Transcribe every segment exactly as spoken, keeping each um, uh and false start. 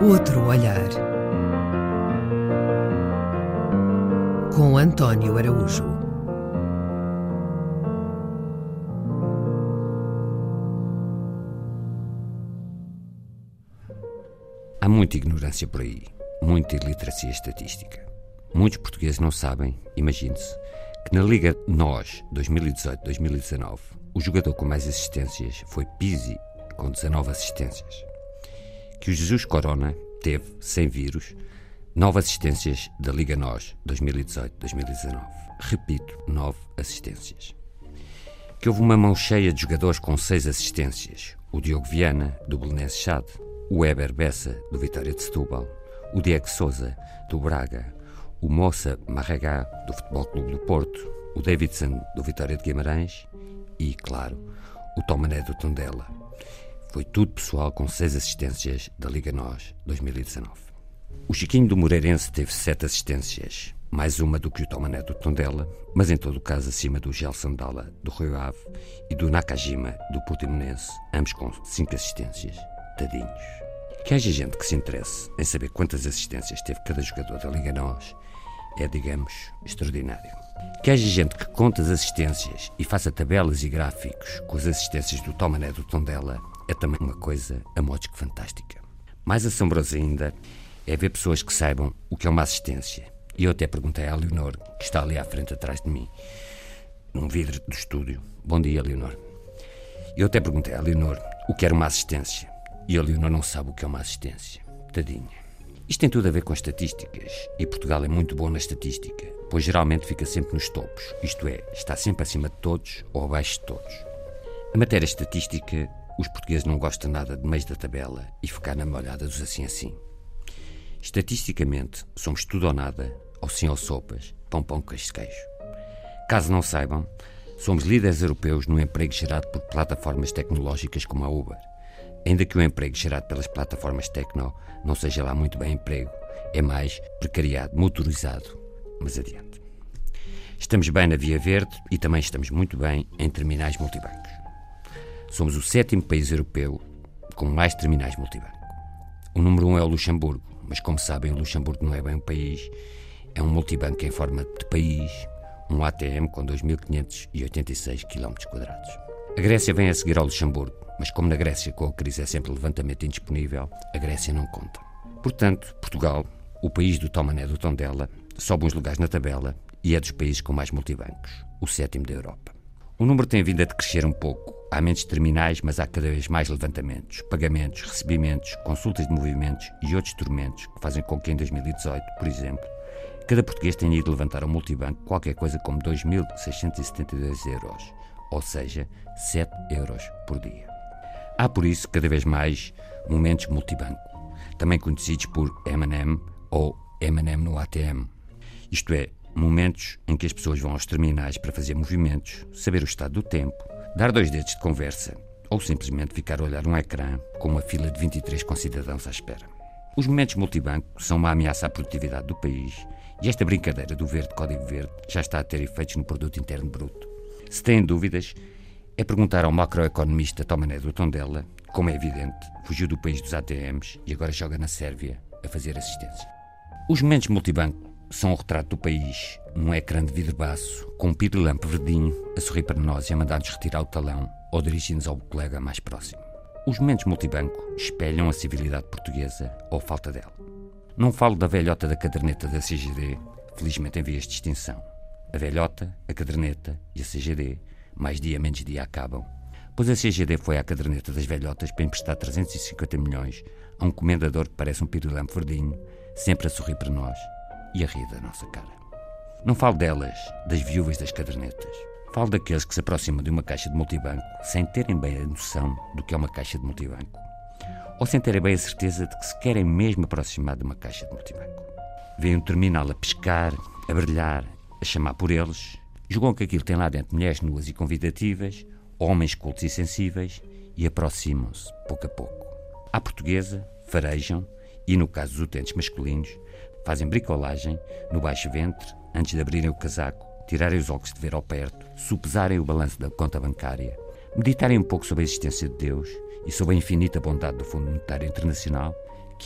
Outro olhar. Com António Araújo. Há muita ignorância por aí, muita iliteracia estatística. Muitos portugueses não sabem, imagine-se, que na Liga Nós dois mil e dezoito dois mil e dezanove o jogador com mais assistências foi Pizzi, com dezanove assistências. Que o Jesus Corona teve, sem vírus, nove assistências da Liga Nós dois mil e dezoito dois mil e dezanove. Repito, nove assistências. Que houve uma mão cheia de jogadores com seis assistências. O Diogo Viana, do Belenenses Chade, o Éber Bessa, do Vitória de Setúbal, o Diego Sousa, do Braga, o Moça Marregá, do Futebol Clube do Porto, o Davidson, do Vitória de Guimarães e, claro, o Tomané do Tondela. Foi tudo pessoal com seis assistências da Liga Nós dois mil e dezanove. O Chiquinho do Moreirense teve sete assistências, mais uma do que o Tomané do Tondela, mas em todo o caso acima do Gelson Dalla, do Rio Ave, e do Nakajima, do Portimonense, ambos com cinco assistências. Tadinhos. Que haja gente que se interesse em saber quantas assistências teve cada jogador da Liga Nós é, digamos, extraordinário. Que haja gente que conte as assistências e faça tabelas e gráficos com as assistências do Tomané do Tondela é também uma coisa a modos que fantástica. Mais assombroso ainda é ver pessoas que saibam o que é uma assistência. E eu até perguntei à Leonor, que está ali à frente atrás de mim, num vidro do estúdio. Bom dia, Leonor. Eu até perguntei à Leonor o que era uma assistência. E a Leonor não sabe o que é uma assistência. Tadinha. Isto tem tudo a ver com estatísticas. E Portugal é muito bom na estatística, pois geralmente fica sempre nos topos. Isto é, está sempre acima de todos ou abaixo de todos. A matéria estatística, os portugueses não gostam nada de meios da tabela e ficar na molhada dos assim assim. Estatisticamente, somos tudo ou nada, ou sim ou sopas, pão pão queijo de queijo. Caso não saibam, somos líderes europeus no emprego gerado por plataformas tecnológicas como a Uber. Ainda que o emprego gerado pelas plataformas tecno não seja lá muito bem emprego, é mais precariado, motorizado, mas adiante. Estamos bem na Via Verde e também estamos muito bem em terminais multibancos. Somos o sétimo país europeu com mais terminais multibanco. O número um é o Luxemburgo, mas como sabem, o Luxemburgo não é bem um país, é um multibanco em forma de país, um A T M com dois mil quinhentos e oitenta e seis quilómetros quadrados. A Grécia vem a seguir ao Luxemburgo, mas como na Grécia com a crise é sempre levantamento indisponível, a Grécia não conta. Portanto, Portugal, o país do Tomané do Tondela, sobe uns lugares na tabela e é dos países com mais multibancos, o sétimo da Europa. O número tem vindo a decrescer um pouco, há menos terminais, mas há cada vez mais levantamentos, pagamentos, recebimentos, consultas de movimentos e outros instrumentos que fazem com que em dois mil e dezoito, por exemplo, cada português tenha ido levantar ao multibanco qualquer coisa como dois mil seiscentos e setenta e dois euros, ou seja, sete euros por dia. Há, por isso, cada vez mais momentos multibanco, também conhecidos por M and M ou M and M no A T M. Isto é, momentos em que as pessoas vão aos terminais para fazer movimentos, saber o estado do tempo, dar dois dedos de conversa ou simplesmente ficar a olhar um ecrã com uma fila de vinte e três concidadãos à espera. Os momentos multibanco são uma ameaça à produtividade do país e esta brincadeira do verde código verde já está a ter efeitos no produto interno bruto. Se têm dúvidas, é perguntar ao macroeconomista Tomané do Tondela, como é evidente, fugiu do país dos A T Ms e agora joga na Sérvia a fazer assistência. Os momentos multibanco são o retrato do país num ecrã de vidro baço, com um pirilampo verdinho a sorrir para nós e a mandar-nos retirar o talão ou dirigir-nos ao colega mais próximo. Os momentos multibanco espelham a civilidade portuguesa ou a falta dela. Não falo da velhota da caderneta da C G D, felizmente em vias de extinção. A velhota, a caderneta e a C G D, mais dia menos dia acabam, pois a C G D foi à caderneta das velhotas para emprestar trezentos e cinquenta milhões a um comendador que parece um pirilampo verdinho, sempre a sorrir para nós e a rir da nossa cara. Não falo delas, das viúvas das cadernetas. Falo daqueles que se aproximam de uma caixa de multibanco sem terem bem a noção do que é uma caixa de multibanco. Ou sem terem bem a certeza de que se querem mesmo aproximar de uma caixa de multibanco. Veem um terminal a pescar, a brilhar, a chamar por eles, julgam que aquilo tem lá dentro mulheres nuas e convidativas, homens cultos e sensíveis e aproximam-se, pouco a pouco. À portuguesa, farejam e, no caso dos utentes masculinos, fazem bricolagem no baixo ventre antes de abrirem o casaco, tirarem os óculos de ver ao perto, sopesarem o balanço da conta bancária, meditarem um pouco sobre a existência de Deus e sobre a infinita bondade do Fundo Monetário Internacional, que é,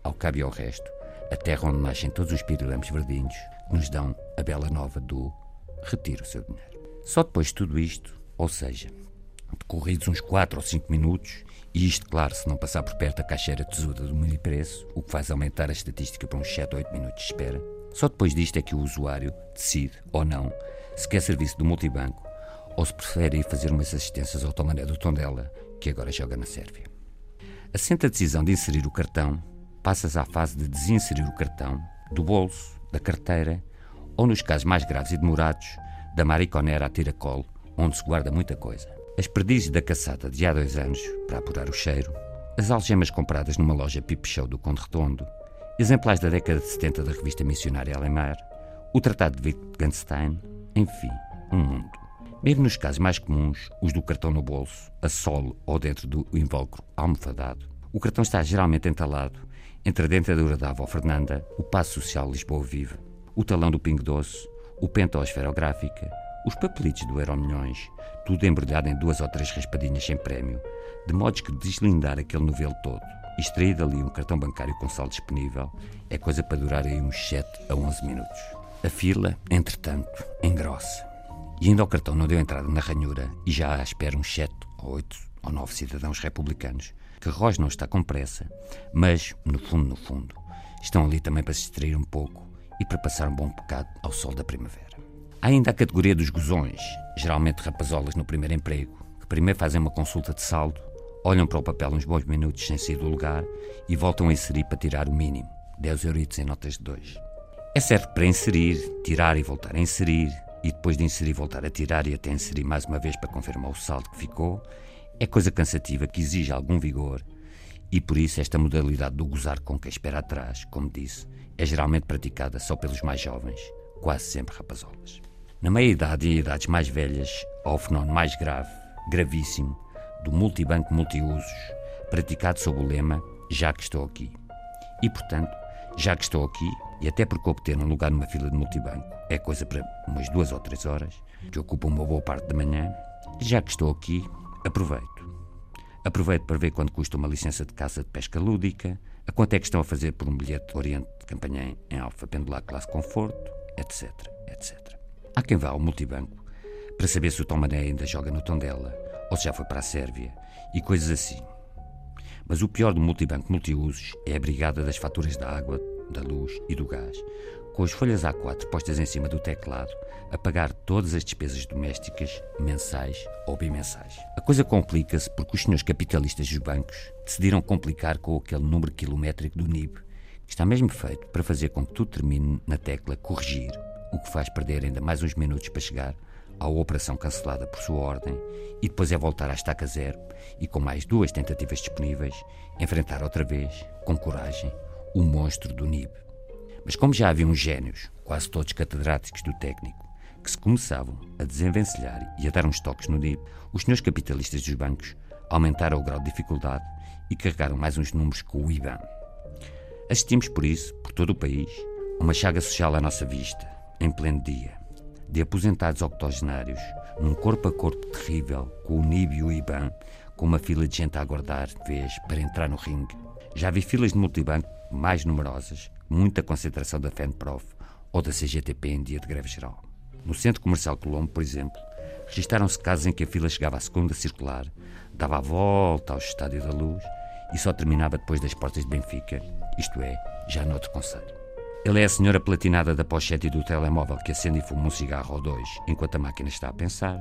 ao cabo e ao resto, a terra onde nascem todos os pirilampos verdinhos que nos dão a bela nova do retire o seu dinheiro. Só depois de tudo isto, ou seja, decorridos uns quatro ou cinco minutos, e isto, claro, se não passar por perto da caixeira tesuda do mini-preço, o que faz aumentar a estatística para uns sete ou oito minutos de espera, só depois disto é que o usuário decide, ou não, se quer serviço do multibanco ou se prefere ir fazer umas assistências ao Tomané do Tondela, que agora joga na Sérvia. Assente a decisão de inserir o cartão, passas à fase de desinserir o cartão do bolso, da carteira ou, nos casos mais graves e demorados, da mariconera à tiracolo, onde se guarda muita coisa. As perdizes da caçada de há dois anos, para apurar o cheiro, as algemas compradas numa loja Pipe Show do Conde Redondo, exemplares da década de setenta da revista missionária Alemar, o Tratado de Wittgenstein, enfim, um mundo. Mesmo nos casos mais comuns, os do cartão no bolso, a solo ou dentro do invólucro almofadado, o cartão está geralmente entalado entre a dentadura da avó Fernanda, o passo social Lisboa Viva, o talão do Pingo Doce, o penta ou esferográfica, os papelitos do Euromilhões, tudo embrulhado em duas ou três raspadinhas sem prémio, de modo que deslindar aquele novelo todo e extrair dali um cartão bancário com saldo disponível é coisa para durar aí uns sete a onze minutos. A fila, entretanto, engrossa. E ainda o cartão não deu entrada na ranhura e já à espera uns sete ou oito ou nove cidadãos republicanos que rosnam está com pressa, mas, no fundo, no fundo, estão ali também para se distrair um pouco e para passar um bom bocado ao sol da primavera. Há ainda a categoria dos gozões, geralmente rapazolas no primeiro emprego, que primeiro fazem uma consulta de saldo, olham para o papel uns bons minutos sem sair do lugar e voltam a inserir para tirar o mínimo, dez euritos em notas de dois. É certo que para inserir, tirar e voltar a inserir, e depois de inserir voltar a tirar e até inserir mais uma vez para confirmar o saldo que ficou, é coisa cansativa que exige algum vigor e por isso esta modalidade do gozar com quem espera atrás, como disse, é geralmente praticada só pelos mais jovens, quase sempre rapazolas. Na meia-idade e idades mais velhas, há o fenómeno mais grave, gravíssimo, do multibanco multiusos, praticado sob o lema já que estou aqui. E, portanto, já que estou aqui, e até porque obter um lugar numa fila de multibanco é coisa para umas duas ou três horas, que ocupa uma boa parte da manhã, já que estou aqui, aproveito. Aproveito para ver quanto custa uma licença de caça de pesca lúdica, a quanto é que estão a fazer por um bilhete Oriente de Campanhã em Alfa Pendular Classe Conforto, etc, etcétera. Há quem vá ao multibanco para saber se o Tomané ainda joga no Tondela ou se já foi para a Sérvia e coisas assim. Mas o pior do multibanco multiusos é a brigada das faturas da água, da luz e do gás, com as folhas A quatro postas em cima do teclado, a pagar todas as despesas domésticas, mensais ou bimensais. A coisa complica-se porque os senhores capitalistas dos bancos decidiram complicar com aquele número quilométrico do N I B, que está mesmo feito para fazer com que tudo termine na tecla corrigir, o que faz perder ainda mais uns minutos para chegar à operação cancelada por sua ordem e depois é voltar à estaca zero e com mais duas tentativas disponíveis, enfrentar outra vez, com coragem, o monstro do N I B. Mas como já havia uns génios, quase todos catedráticos do técnico, que se começavam a desenvencilhar e a dar uns toques no N I B, os senhores capitalistas dos bancos aumentaram o grau de dificuldade e carregaram mais uns números com o I B A N. Assistimos, por isso, por todo o país, uma chaga social à nossa vista, em pleno dia, de aposentados octogenários, num corpo a corpo terrível, com o N I B e o I B A N, com uma fila de gente a aguardar vez para entrar no ringue. Já vi filas de multibanco mais numerosas, muita concentração da FENPROF ou da C G T P em dia de greve geral. No Centro Comercial Colombo, por exemplo, registaram-se casos em que a fila chegava à segunda circular, dava a volta ao Estádio da Luz e só terminava depois das portas de Benfica, isto é, já noutro concelho. Ele é a senhora platinada da pochete e do telemóvel que acende e fuma um cigarro ou dois enquanto a máquina está a pensar.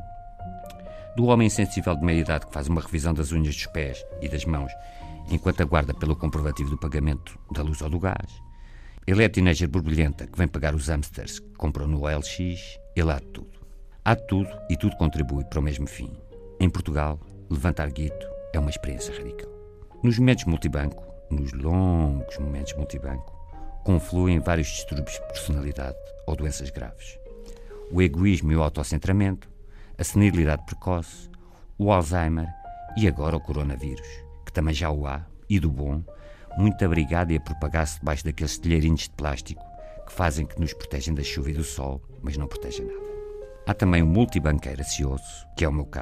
Do homem insensível de meia-idade que faz uma revisão das unhas dos pés e das mãos enquanto aguarda pelo comprovativo do pagamento da luz ou do gás. Ele é a teenager borbulhenta que vem pagar os hamsters que comprou no O L X. Ele há de tudo. Há de tudo e tudo contribui para o mesmo fim. Em Portugal, levantar guito é uma experiência radical. Nos momentos multibanco, nos longos momentos multibanco, confluem vários distúrbios de personalidade ou doenças graves. O egoísmo e o autocentramento, a senilidade precoce, o Alzheimer e agora o coronavírus, que também já o há, e do bom, muito abrigado e a propagar-se debaixo daqueles telheirinhos de plástico que fazem que nos protegem da chuva e do sol, mas não protegem nada. Há também um multibanqueiro ansioso, que é o meu caso,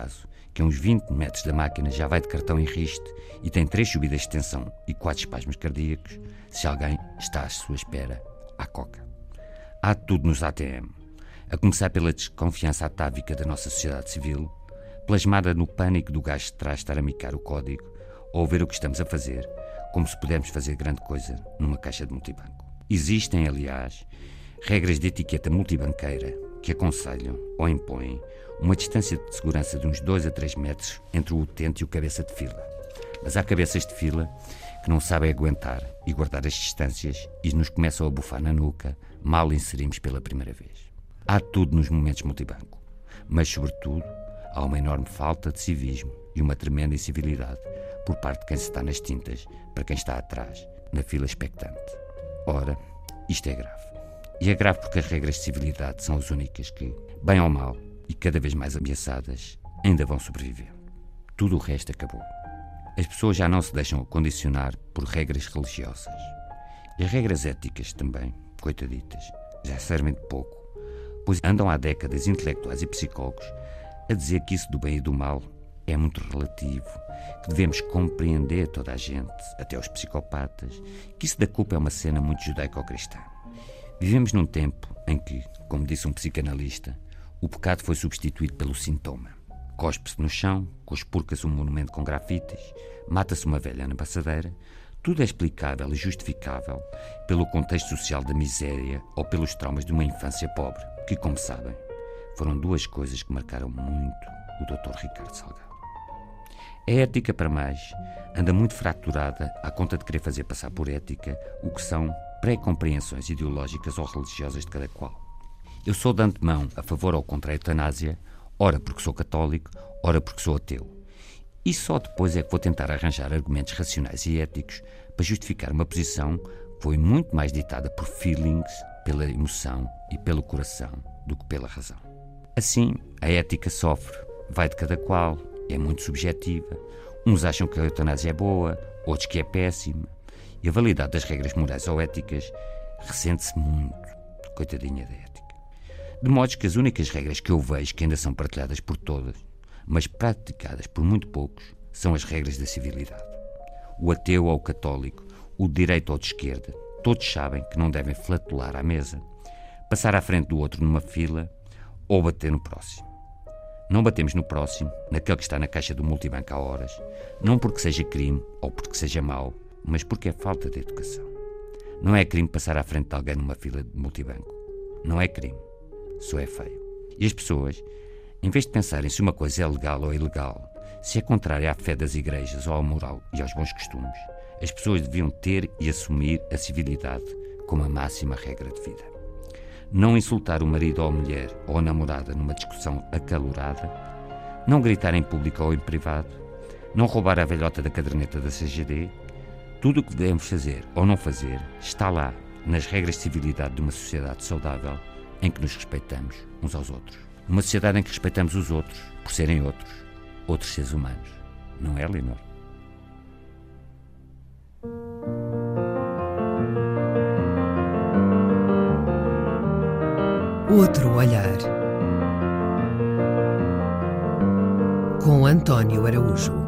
que a uns vinte metros da máquina já vai de cartão em riste e tem três subidas de tensão e quatro espasmos cardíacos, se alguém está à sua espera, à coca. Há tudo nos A T M, a começar pela desconfiança atávica da nossa sociedade civil, plasmada no pânico do gajo de trás estar a micar o código ou ver o que estamos a fazer, como se pudermos fazer grande coisa numa caixa de multibanco. Existem, aliás, regras de etiqueta multibanqueira que aconselham ou impõem uma distância de segurança de uns dois a três metros entre o utente e o cabeça de fila. Mas há cabeças de fila que não sabem aguentar e guardar as distâncias e nos começam a bufar na nuca mal inserimos pela primeira vez. Há tudo nos momentos multibanco, mas, sobretudo, há uma enorme falta de civismo e uma tremenda incivilidade por parte de quem se está nas tintas para quem está atrás, na fila expectante. Ora, isto é grave. E é grave porque as regras de civilidade são as únicas que, bem ou mal, e cada vez mais ameaçadas, ainda vão sobreviver. Tudo o resto acabou. As pessoas já não se deixam condicionar por regras religiosas. E as regras éticas também, coitaditas, já servem de pouco, pois andam há décadas intelectuais e psicólogos a dizer que isso do bem e do mal é muito relativo, que devemos compreender toda a gente, até os psicopatas, que isso da culpa é uma cena muito judaico-cristã. Vivemos num tempo em que, como disse um psicanalista, o pecado foi substituído pelo sintoma. Cospe-se no chão, conspurca-se um monumento com grafites, mata-se uma velha na passadeira. Tudo é explicável e justificável pelo contexto social da miséria ou pelos traumas de uma infância pobre, que, como sabem, foram duas coisas que marcaram muito o doutor Ricardo Salgado. A ética, para mais, anda muito fraturada à conta de querer fazer passar por ética o que são pré-compreensões ideológicas ou religiosas de cada qual. Eu sou de antemão a favor ou contra a eutanásia, ora porque sou católico, ora porque sou ateu. E só depois é que vou tentar arranjar argumentos racionais e éticos para justificar uma posição que foi muito mais ditada por feelings, pela emoção e pelo coração do que pela razão. Assim, a ética sofre, vai de cada qual, é muito subjetiva. Uns acham que a eutanásia é boa, outros que é péssima. E a validade das regras morais ou éticas ressente-se muito, coitadinha da ética. De modo que as únicas regras que eu vejo que ainda são partilhadas por todas, mas praticadas por muito poucos, são as regras da civilidade. O ateu ou o católico, o de direita ou de esquerda, todos sabem que não devem flatular à mesa, passar à frente do outro numa fila ou bater no próximo. Não batemos no próximo, naquele que está na caixa do multibanco há horas, não porque seja crime ou porque seja mau, mas porque é falta de educação. Não é crime passar à frente de alguém numa fila de multibanco. Não é crime. Só é feio. E as pessoas, em vez de pensarem se uma coisa é legal ou ilegal, se é contrária à fé das igrejas ou à moral e aos bons costumes, as pessoas deviam ter e assumir a civilidade como a máxima regra de vida. Não insultar o marido ou a mulher ou a namorada numa discussão acalorada, não gritar em público ou em privado, não roubar a velhota da caderneta da C G D. Tudo o que devemos fazer ou não fazer está lá, nas regras de civilidade de uma sociedade saudável em que nos respeitamos uns aos outros. Uma sociedade em que respeitamos os outros por serem outros, outros seres humanos. Não é, Leonor? Outro olhar. Com António Araújo.